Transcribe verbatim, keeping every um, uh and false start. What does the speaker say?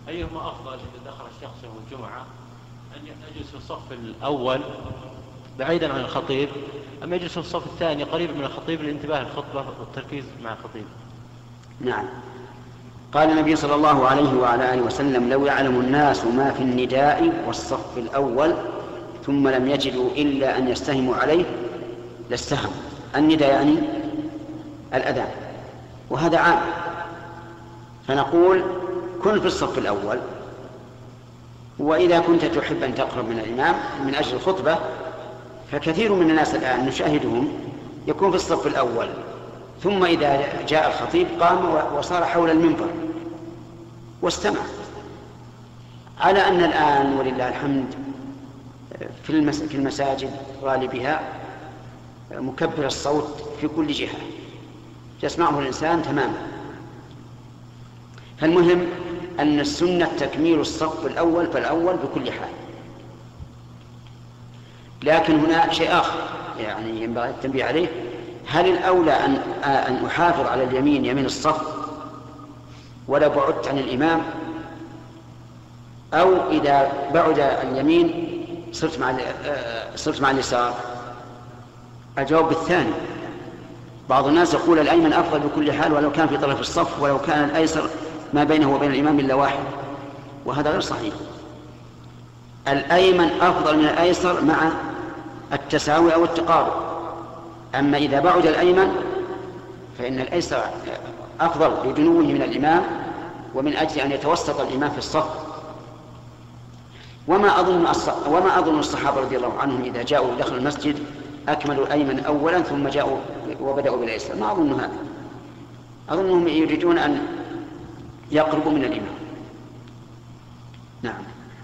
أيهما أفضل إذا دخل الشخص يوم الجمعة أن يجلس في الصف الأول بعيدا عن الخطيب، أم يجلس في الصف الثاني قريبا من الخطيب للانتباه للخطبة والتركيز مع الخطيب؟ نعم. قال النبي صلى الله عليه وعلى آله وسلم: لو يعلم الناس ما في النداء والصف الأول ثم لم يجدوا إلا أن يستهموا عليه لاستهموا. النداء يعني الأذان، وهذا عام، فنقول كن في الصف الأول، وإذا كنت تحب أن تقرب من الإمام من أجل الخطبة، فكثير من الناس الآن نشاهدهم يكون في الصف الأول، ثم إذا جاء الخطيب قام وصار حول المنبر واستمع. على أن الآن ولله الحمد في المساجد غالبها مكبر الصوت في كل جهة يسمعه الإنسان تماما. فالمهم أن السنة تكميل الصف الأول فالأول بكل حال. لكن هنا شيء آخر يعني ينبغي التنبيه عليه: هل الأولى أن أن أحافظ على اليمين يمين الصف ولا بعدت عن الإمام، أو إذا بعد اليمين صرت مع صرت مع اليسار؟ الجواب الثاني. بعض الناس يقول الأيمن أفضل بكل حال ولو كان في طرف الصف، ولو كان الأيسر ما بينه وبين الإمام إلا واحد، وهذا غير صحيح. الأيمن أفضل من الأيسر مع التساوي أو التقارب. أما إذا بعد الأيمن فإن الأيسر أفضل لدنوه من الإمام ومن أجل أن يتوسط الإمام في الصف. وما أظن وما أظن الصحابة رضي الله عنهم إذا جاءوا داخل المسجد أكملوا الأيمن أولا ثم جاءوا وبدأوا بالأيسر، ما أظن هذا. أظنهم يريدون أن يقربوا من الإمام. نعم.